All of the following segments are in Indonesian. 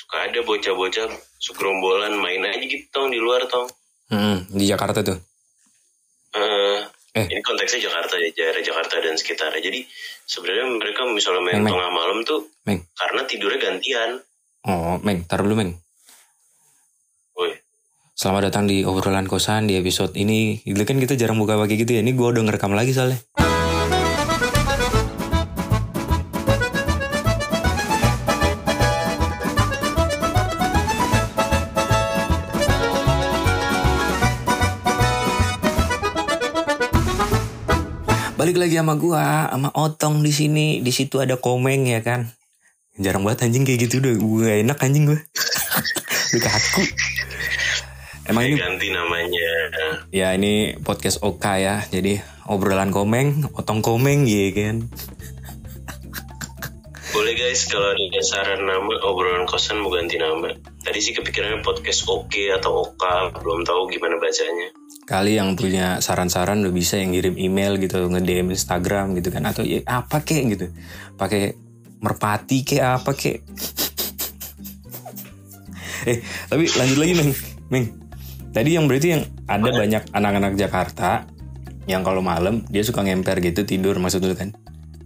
suka ada bocah-bocah segerombolan main aja gitu tong di luar tong. Di Jakarta tuh. Ini konteksnya Jakarta ya, daerah Jakarta dan sekitarnya. Jadi sebenarnya mereka misalnya main tengah malam tuh karena tidurnya gantian. Oh, Meng, taruh dulu Meng. Woi. Selamat datang di obrolan kosan di episode ini. Itu kan kita jarang buka pakai gitu ya. Ini gue udah ngerekam lagi soalnya. Balik lagi sama gua, sama Otong di sini. Di situ ada Komeng ya kan. Jarang banget anjing kayak gitu, udah gue gak enak anjing gue. Udah kaku. Emang ini ganti namanya. Ya ini podcast Oka ya. Jadi obrolan Komeng, Otong Komeng ya kan. Boleh guys, kalau ada saran nama obrolan kosan mau ganti nama. Tadi sih kepikirannya podcast Oke atau Oka, belum tahu gimana bacanya. Kali yang punya saran-saran udah bisa yang ngirim email gitu, nge-DM Instagram gitu kan, atau ya apa kek gitu, pakai merpati kek apa kek. Tapi lanjut lagi Meng. Tadi yang berarti yang ada banyak anak-anak Jakarta yang kalau malam dia suka ngemper gitu tidur maksud lu kan?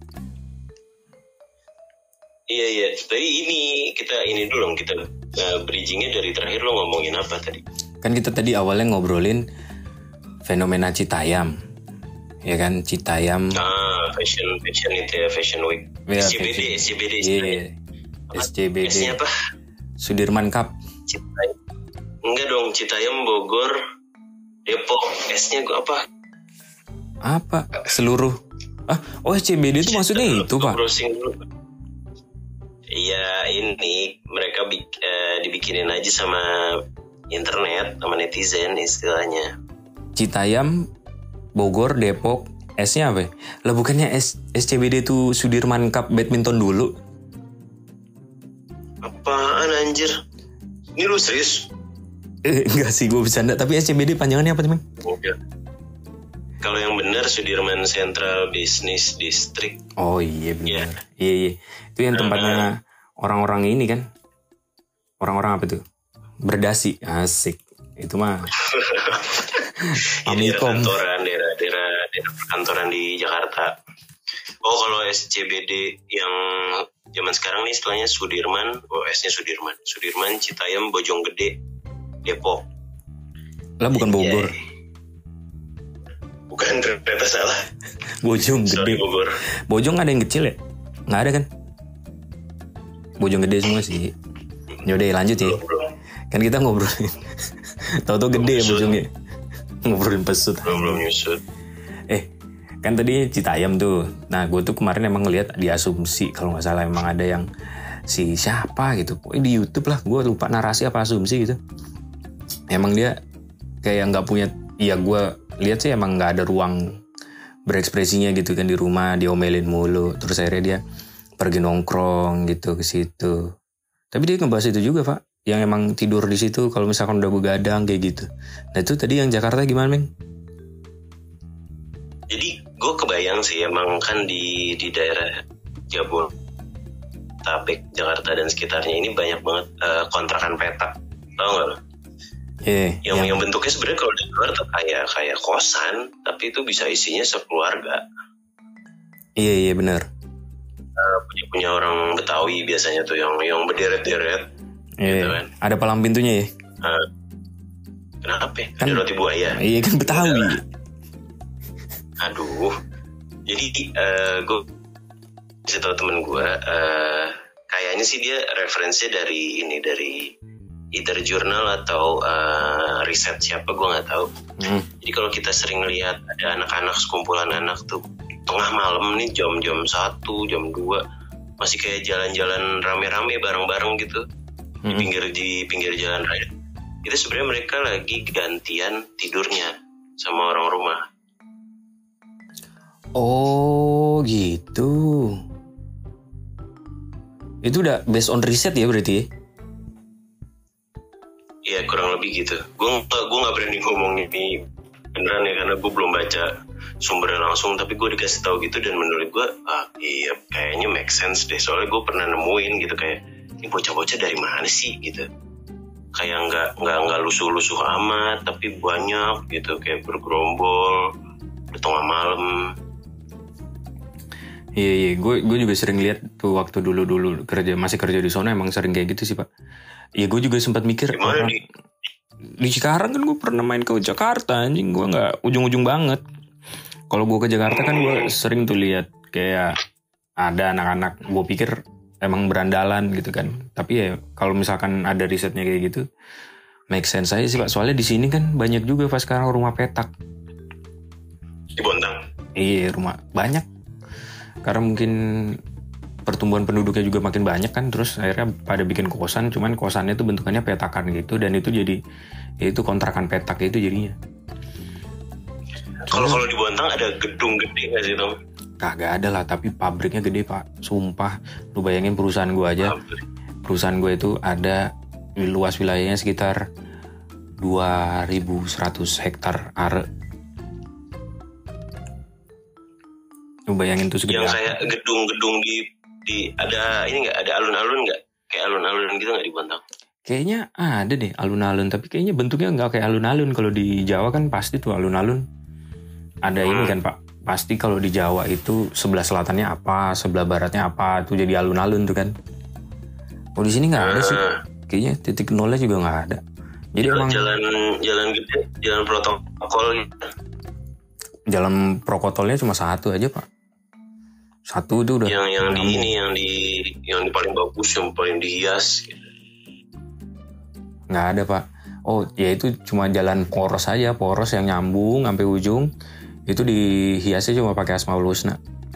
Iya. Tadi ini dulu dong, kita bridgingnya dari terakhir lo ngomongin apa tadi? Kan kita tadi awalnya ngobrolin fenomena Citayam, ya kan, Citayam. Fashion itu ya, Fashion Week. Ya, SCBD. Iya. SCBD. S-nya apa? Sudirman Cup. Citayam. Enggak dong, Citayam, Bogor, Depok. S-nya apa? Apa? Seluruh. SCBD itu maksudnya itu, Pak. Browsing dulu. Iya, ini mereka dibikinin aja sama internet, sama netizen istilahnya. Citayam, Bogor, Depok, S-nya apa? Lah bukannya SCBD itu Sudirman Cup badminton dulu? Apaan anjir? Ini lu serius? Enggak sih, gue bercanda. Tapi SCBD panjangannya apa sih, Meng? Oke. Kalau yang benar Sudirman Central Business District. Oh iya benar. Iya. Itu yang tempatnya orang-orang ini kan? Orang-orang apa tuh? Berdasi, asik. Itu mah. Ini daerah perkantoran di Jakarta. Kalau SCBD yang zaman sekarang nih istilahnya Sudirman, S-nya Sudirman, Citayam, Bojonggede, Depok. Lah bukan Bogor. Bukan, ternyata salah. Bojonggede. Bogor. Bojong ada yang kecil ya? Nggak ada kan? Bojonggede semua sih. Yaudah lanjut ya. Kan kita ngobrolin. Tahu-tahu gede ya Bojongnya. Ngobrolin pesut. Belum nyusut. Kan tadi Citayam tuh. Nah gue tuh kemarin emang ngeliat di Asumsi. Kalau gak salah emang ada yang si siapa gitu. Pokoknya di YouTube lah. Gue lupa narasi apa Asumsi gitu. Emang dia kayak gak punya. Ya gue lihat sih emang gak ada ruang berekspresinya gitu kan di rumah. Diomelin mulu. Terus akhirnya dia pergi nongkrong gitu ke situ. Tapi dia ngebahas itu juga Pak. Yang emang tidur di situ kalau misalkan udah begadang kayak gitu. Nah itu tadi yang Jakarta gimana Meng? Jadi gue kebayang sih emang kan di daerah Jabodetabek, Jakarta dan sekitarnya ini banyak banget kontrakan petak, tau gak lo? Yang bentuknya sebenarnya kalau di luar tuh kayak kosan, tapi itu bisa isinya sekeluarga. Iya benar. Punya orang Betawi biasanya tuh yang berderet-deret. Gitu kan. Ada palang pintunya ya? Kenapa? Kan ada roti buaya. Iya kan Betawi. Aduh. Jadi gue bisa tahu temen gue kayaknya sih dia referensinya dari either jurnal atau riset siapa gue nggak tahu. Jadi kalau kita sering lihat ada anak-anak sekumpulan anak tuh tengah malam nih jam 1, jam 2 masih kayak jalan-jalan rame-rame bareng-bareng gitu. Di pinggir jalan raya. Itu sebenarnya mereka lagi gantian tidurnya sama orang rumah. Oh gitu. Itu udah based on riset ya berarti? Iya kurang lebih gitu. Gue nggak berani ngomong ini beneran ya karena gue belum baca sumbernya langsung. Tapi gue dikasih tahu gitu dan menurut gue iya kayaknya make sense deh. Soalnya gue pernah nemuin gitu kayak ini bocah-bocah dari mana sih gitu. Kayak nggak lusuh-lusuh amat, tapi banyak gitu, kayak bergerombol di tengah malam. Iya, gue juga sering lihat tuh waktu dulu masih kerja di sana, emang sering kayak gitu sih Pak. Iya, gue juga sempat mikir di Cikarang kan gue pernah main ke Jakarta, anjing gue nggak ujung-ujung banget. Kalau gue ke Jakarta kan gue sering tuh lihat kayak ada anak-anak, gue pikir emang berandalan gitu kan. Tapi ya kalau misalkan ada risetnya kayak gitu, make sense aja sih Pak. Soalnya di sini kan banyak juga Pak sekarang rumah petak. Di Bontang? Iya, rumah banyak. Karena mungkin pertumbuhan penduduknya juga makin banyak kan, terus akhirnya pada bikin kosan, cuman kosannya tuh bentukannya petakan gitu, dan itu jadi ya itu kontrakan petak itu jadinya. Kalau di Bontang ada gedung gede nggak sih Tom? Kagak ada lah, tapi pabriknya gede Pak, sumpah. Lu bayangin perusahaan gue aja, perusahaan gue itu ada luas wilayahnya sekitar 2.100 hektar are. Lu bayangin tuh segede yang kayak gedung-gedung di ada ini nggak, ada alun-alun nggak, kayak alun-alun gitu nggak di Bontang? Kayaknya ada deh alun-alun, tapi kayaknya bentuknya nggak kayak alun-alun. Kalau di Jawa kan pasti tuh alun-alun ada ini kan Pak. Pasti kalau di Jawa itu sebelah selatannya apa, sebelah baratnya apa, tuh jadi alun-alun tuh kan. Oh di sini nggak ada sih, kayaknya titik nolnya juga nggak ada. Jadi emang jalan gede, jalan protokol gitu. Jalan protokol cuma satu aja Pak. Satu itu udah. Yang di ini, yang di paling bagus, yang paling dihias. Gitu. Nggak ada Pak. Oh ya itu cuma jalan poros aja, poros yang nyambung sampai ujung. Itu dihiasnya cuma pakai asmaul husna.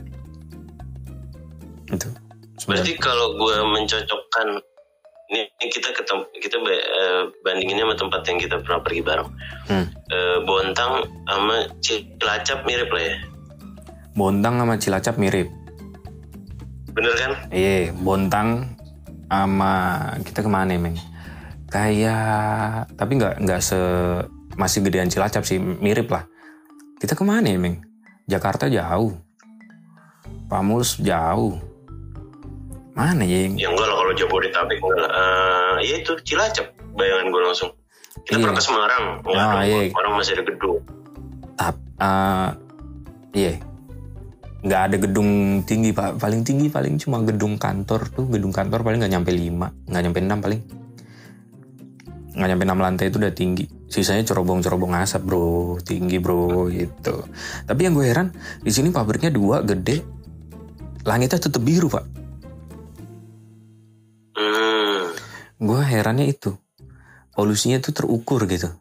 Itu. Berarti kalau gue mencocokkan, ini kita bandinginnya sama tempat yang kita pernah pergi bareng. Bontang sama Cilacap mirip lah ya. Bontang sama Cilacap mirip. Bener kan? Iya, Bontang sama kita kemana Meng? Kayak tapi nggak masih gedean Cilacap sih, mirip lah. Kita kemana ya, Meng? Jakarta jauh. Pamulus jauh. Mana ya? Ya enggak lah, kalau Jabodetabek enggak lah. Ya itu Cilacap, bayangan gue langsung. Kita pernah ke Semarang. Iya. Semarang masih ada gedung. Iya. Nggak ada gedung tinggi, Pak. Paling tinggi paling cuma gedung kantor tuh. Gedung kantor paling nggak nyampe 5. Nggak nyampe 6 paling. Nggak nyampe 6 lantai itu udah tinggi. Sisanya cerobong-cerobong asap bro, tinggi bro gitu. Tapi yang gue heran di sini pabriknya 2 gede, langitnya tetap biru Pak. Gue herannya itu polusinya tuh terukur gitu.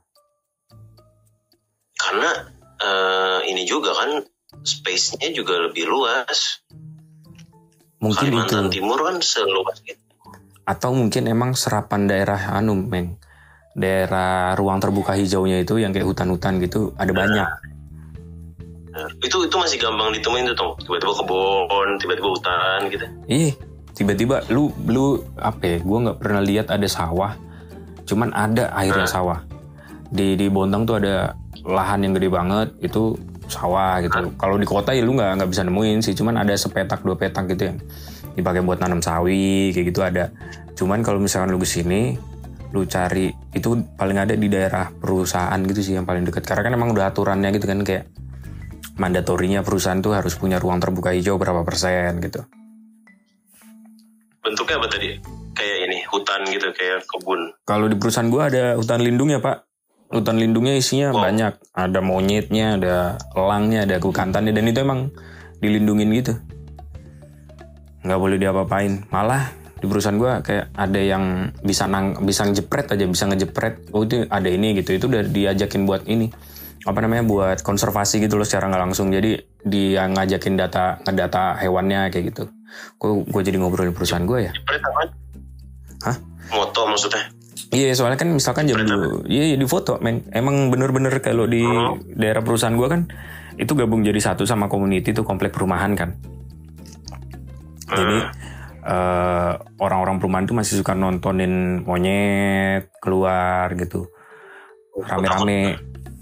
Karena ini juga kan space-nya juga lebih luas. Mungkin Kalimantan itu. Timur kan seluas itu. Atau mungkin emang serapan daerah Meng. Daerah ruang terbuka hijaunya itu yang kayak hutan-hutan gitu ada banyak. Itu masih gampang ditemuin tuh Tom. Tiba-tiba kebun, tiba-tiba hutan gitu. Iya, tiba-tiba lu apa ya? Gue nggak pernah lihat ada sawah, cuman ada airnya sawah. Di Bontang tuh ada lahan yang gede banget, itu sawah gitu. Kalau di kota ya lu nggak bisa nemuin sih, cuman ada sepetak 2 petak gitu yang dipakai buat nanam sawi kayak gitu ada. Cuman kalau misalkan lu kesini, lu cari itu paling ada di daerah perusahaan gitu sih yang paling dekat. Karena kan emang udah aturannya gitu kan, kayak mandatorinya perusahaan tuh harus punya ruang terbuka hijau berapa persen gitu. Bentuknya apa tadi? Kayak ini hutan gitu, kayak kebun. Kalau di perusahaan gua ada hutan lindung ya Pak. Hutan lindungnya isinya banyak. Ada monyetnya, ada elangnya, ada kukantannya, dan itu emang dilindungin gitu. Nggak boleh diapa-apain. Malah di perusahaan gue kayak ada yang bisa ngejepret aja, bisa ngejepret. Oh itu ada ini gitu. Itu udah diajakin buat ini. Apa namanya, buat konservasi gitu loh secara nggak langsung. Jadi dia ngajakin ngedata hewannya kayak gitu. Gue jadi ngobrolin perusahaan gue ya. Jepret apa? Hah? Moto maksudnya? Iya, soalnya kan misalkan jam dulu. Iya di foto, men. Emang bener-bener kalau di daerah perusahaan gue kan itu gabung jadi satu sama community tuh, komplek perumahan kan. Jadi orang-orang perumahan tuh masih suka nontonin monyet keluar gitu, rame-rame.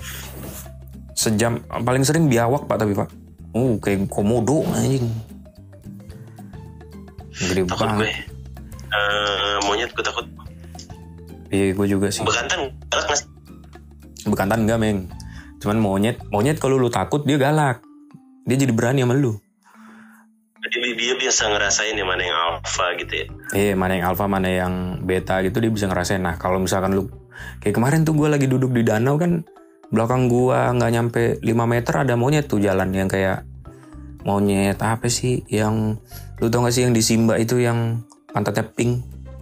Sejam paling sering biawak Pak, tapi Pak kayak komodo anjing, gede banget. monyet, gue takut. Iya, gue juga sih. Bekantan galak nggak sih? Bekantan enggak, Meng. Cuman monyet kalau lu takut dia galak. Dia jadi berani sama lu. Jadi dia biasa ngerasain yang mana yang alpha gitu ya. Iya, mana yang alpha, mana yang beta gitu dia bisa ngerasain. Nah, kalau misalkan lu kayak kemarin tuh gue lagi duduk di danau kan, belakang gue nggak nyampe 5 meter ada monyet tuh jalan yang kayak monyet apa sih yang lu tau gak sih yang di Simba itu yang pantatnya pink.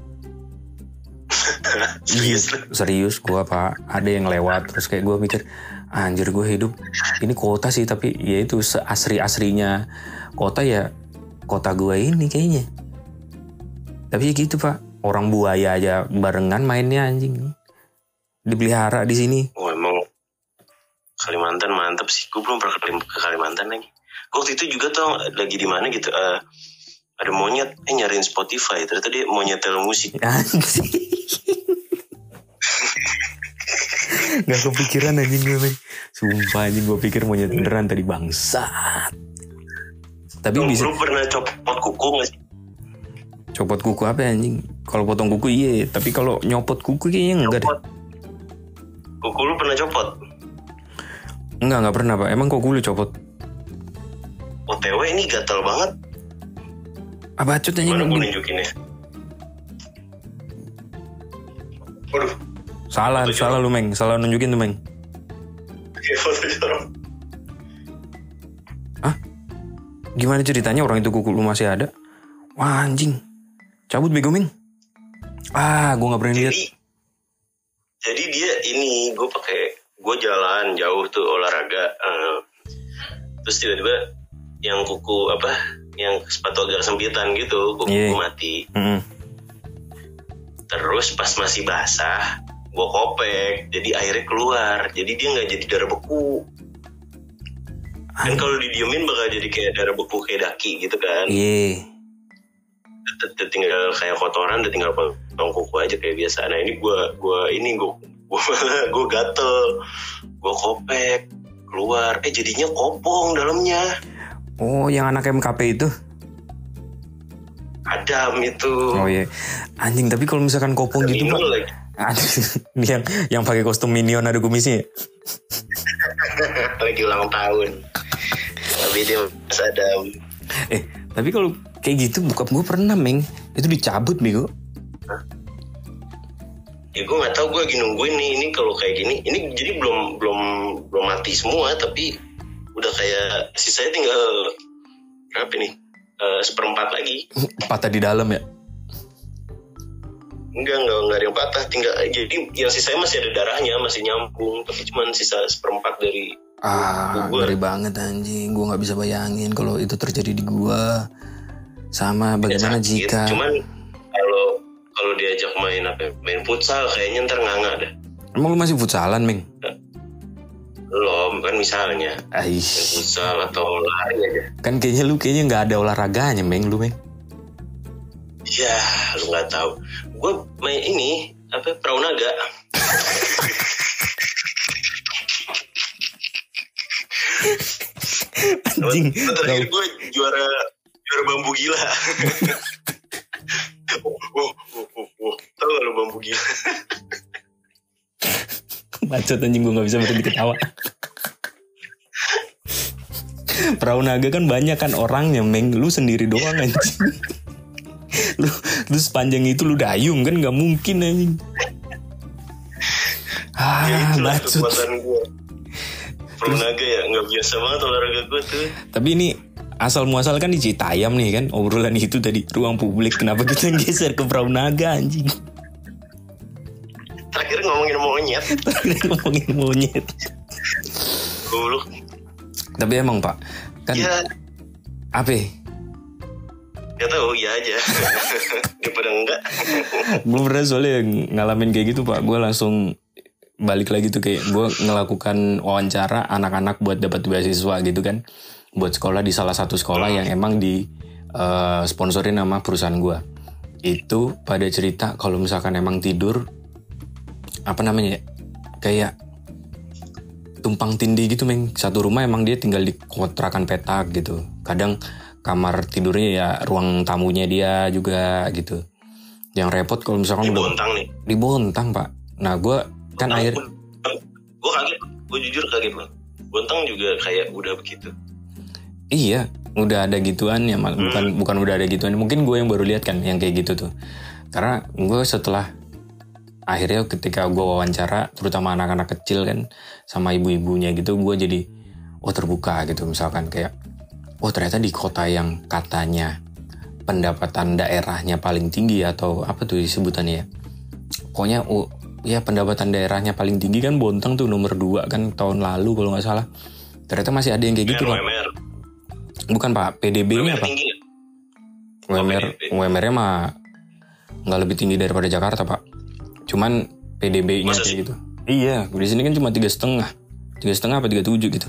Serius gue pak, ada yang lewat terus kayak gue mikir anjir gue hidup ini kota sih tapi ya itu seasri-asrinya kota ya kota gue ini kayaknya. Tapi ya gitu pak, orang buaya aja barengan mainnya anjing, dipelihara di sini. Oh emang Kalimantan mantap sih, gue belum pernah ke Kalimantan lagi. Gue waktu itu juga tuh lagi di mana gitu, ada monyet nyariin Spotify, ternyata dia monyet musik. Anjing. Gak kepikiran anjing gue, men. Sumpah anjing gue pikir monyet beneran tadi bangsat. Tapi bisa. Lu pernah copot kuku gak sih? Copot kuku apa anjing? Kalau potong kuku iya, tapi kalau nyopot kuku kayaknya enggak deh. Kuku lu pernah copot? Enggak pernah pak. Emang kuku lu copot? OTW ini gatal banget. Apa cut anjing? Mana gue nunjukinnya? Waduh. Salah lu Meng. Salah nunjukin tuh Meng. Foto jorok. Hah? Gimana ceritanya orang itu kuku lu masih ada? Wah anjing. Cabut bego Meng. Gue gak pernah lihat. Jadi dia ini gue jalan jauh tuh olahraga. Terus tiba-tiba yang kuku yang sepatu agak sempitan gitu, kuku mati. Terus pas masih basah, gue kopek, jadi airnya keluar, jadi dia nggak jadi darah beku. Kan kalau didiemin bakal jadi kayak darah beku kayak daki gitu kan. Iya. Tinggal kayak kotoran, udah tinggal potong kuku aja kayak biasa. Nah ini gue gatel, gue kopek keluar, jadinya kopong dalamnya. Oh, yang anak MKP itu? Adam itu. Oh iya. Anjing, tapi kalau misalkan kopong gitu pak. Dia yang pakai kostum Minion ada kumisnya. Lagi ulang tahun. Tapi dia Mas Adam. Tapi kalau kayak gitu bokap gue pernah Meng. Itu dicabut bego. Ya gue nggak tahu, gue lagi nungguin nih. Ini kalau kayak gini, ini jadi belum mati semua, tapi udah kayak sisanya tinggal berapa nih? 1/4 lagi. Patah di dalam ya? Enggak ada yang patah, tinggal jadi yang sisanya masih ada darahnya, masih nyambung, tapi cuma sisa 1/4 dari ngeri banget anjing. Gue nggak bisa bayangin kalau itu terjadi di gue. Sama bagaimana jika? Cuman kalau diajak main futsal kayaknya ntar nganga dah. Emang lu masih futsalan Meng? Belum kan misalnya main futsal atau lari aja. Kan kayaknya lu nggak ada olahraganya Meng, lu Meng. Ya lu nggak tahu. Gue main ini perahu naga. Anjing. Terakhir gue juara bambu gila. Tahu gak lu bambu gila? Bacot anjing, gue gak bisa berhenti ketawa. Perahu naga kan banyak kan orangnya Meng. Lu sendiri doang anjing. Lu sepanjang itu lu dayung kan gak mungkin anjing. Bacot. Kekuatan gue perahu naga ya gak biasa banget olahraga gue tuh. Tapi ini asal muasal kan di Citayam nih kan. Obrolan itu tadi ruang publik. Kenapa kita geser ke perahu naga anjing? Terakhir ngomongin monyet. Goblok. Tapi emang pak kan ya. Apa? Gak tahu ya aja. Daripada enggak. Gue pernah soalnya ngalamin kayak gitu pak. Gue langsung balik lagi tuh kayak gue ngelakukan wawancara anak-anak buat dapat beasiswa gitu kan, buat sekolah di salah satu sekolah yang emang di sponsorin sama perusahaan gue. Itu pada cerita kalau misalkan emang tidur kayak tumpang tindih gitu Meng. Satu rumah emang dia tinggal di kontrakan petak gitu. Kadang kamar tidurnya ya ruang tamunya dia juga gitu. Yang repot kalau misalkan di Bontang nih. Di Bontang, Pak. Nah, gue kan gue kaget, gue jujur kaget loh. Bontang juga kayak udah begitu. Iya, udah ada gituan ya, bukan udah ada gituan. Mungkin gue yang baru lihat kan yang kayak gitu tuh. Karena gue setelah akhirnya ketika gue wawancara, terutama anak-anak kecil kan, sama ibu-ibunya gitu, gue jadi terbuka gitu. Misalkan kayak, ternyata di kota yang katanya pendapatan daerahnya paling tinggi atau apa tuh disebutannya ya. Pokoknya ya pendapatan daerahnya paling tinggi kan Bontang tuh nomor 2 kan tahun lalu kalau nggak salah. Ternyata masih ada yang kayak gitu, Pak. Bukan, Pak, PDB-nya apa? UMR-nya mah nggak lebih tinggi daripada Jakarta, Pak. Cuman PDB-nya kayak gitu. Iya, di sini kan cuma 3,5 apa 3,7 gitu.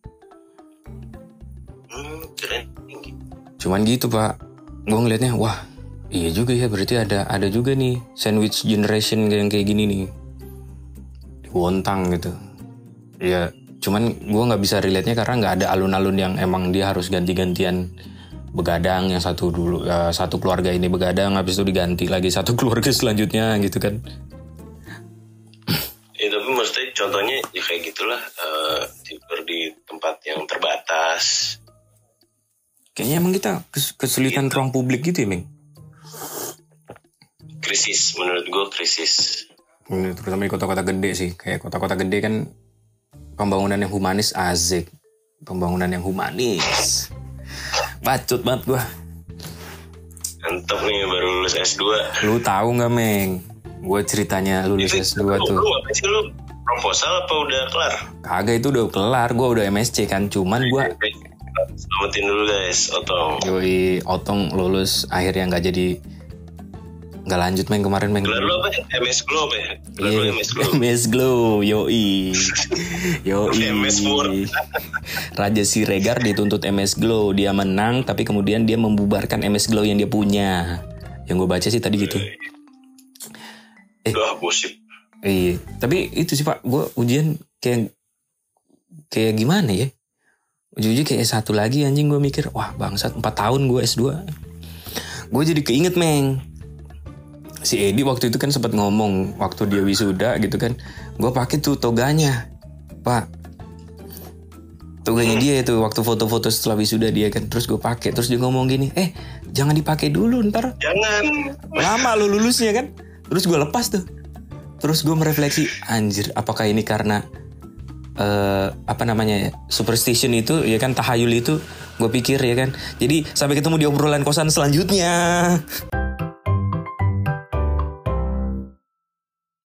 Keren tinggi. Cuman gitu, Pak. Gue ngeliatnya, wah iya juga ya, berarti ada juga nih sandwich generation yang kayak gini nih di Bontang gitu. Ya cuman gue nggak bisa relate-nya karena nggak ada alun-alun yang emang dia harus ganti-gantian begadang. Yang satu dulu, satu keluarga ini begadang, habis itu diganti lagi satu keluarga selanjutnya gitu kan. Ya tapi maksudnya contohnya ya kayak gitulah, di tempat yang terbatas. Kayaknya emang kita kesulitan ruang publik gitu ya, Ming? Krisis, menurut gue krisis. Terutama di kota-kota gede sih. Kayak kota-kota gede kan pembangunan yang humanis asik. Pembangunan yang humanis. Bacot banget gue. Mantap nih, baru lulus S2. Lu tahu nggak, Meng? Gue ceritanya lulus S2 tuh. Lu apa sih, lu proposal apa udah kelar? Kagak, itu udah kelar. Gue udah MSc kan. Cuman gue... Selamatin dulu guys, Otong. Yoi, Otong lulus akhirnya nggak lanjut, Meng, kemarin, Meng. Gelar lu apa? MS Glow apa ya? Gelar lu MS Glow. MS Glow, yoi. MS Word. Raja Siregar dituntut MS Glow, dia menang tapi kemudian dia membubarkan MS Glow yang dia punya. Yang gue baca sih tadi gitu. Gosip. Iya, tapi itu sih, Pak, gue ujian kayak gimana ya? Ujung-ujung kayak S1 lagi anjing, gue mikir, wah bangsat 4 tahun gue S2. Gue jadi keinget, Meng. Si Edi waktu itu kan sempat ngomong waktu dia wisuda gitu kan, gue pakai tuh toganya, Pak. Toganya dia itu waktu foto-foto setelah wisuda dia kan, terus gue pakai, terus dia ngomong gini, jangan dipakai dulu ntar. Jangan. Lama lu lulusnya kan. Terus gue lepas tuh. Terus gue merefleksi, anjir, apakah ini karena superstition itu ya kan, tahayul itu, gue pikir ya kan. Jadi sampai ketemu di obrolan kosan selanjutnya.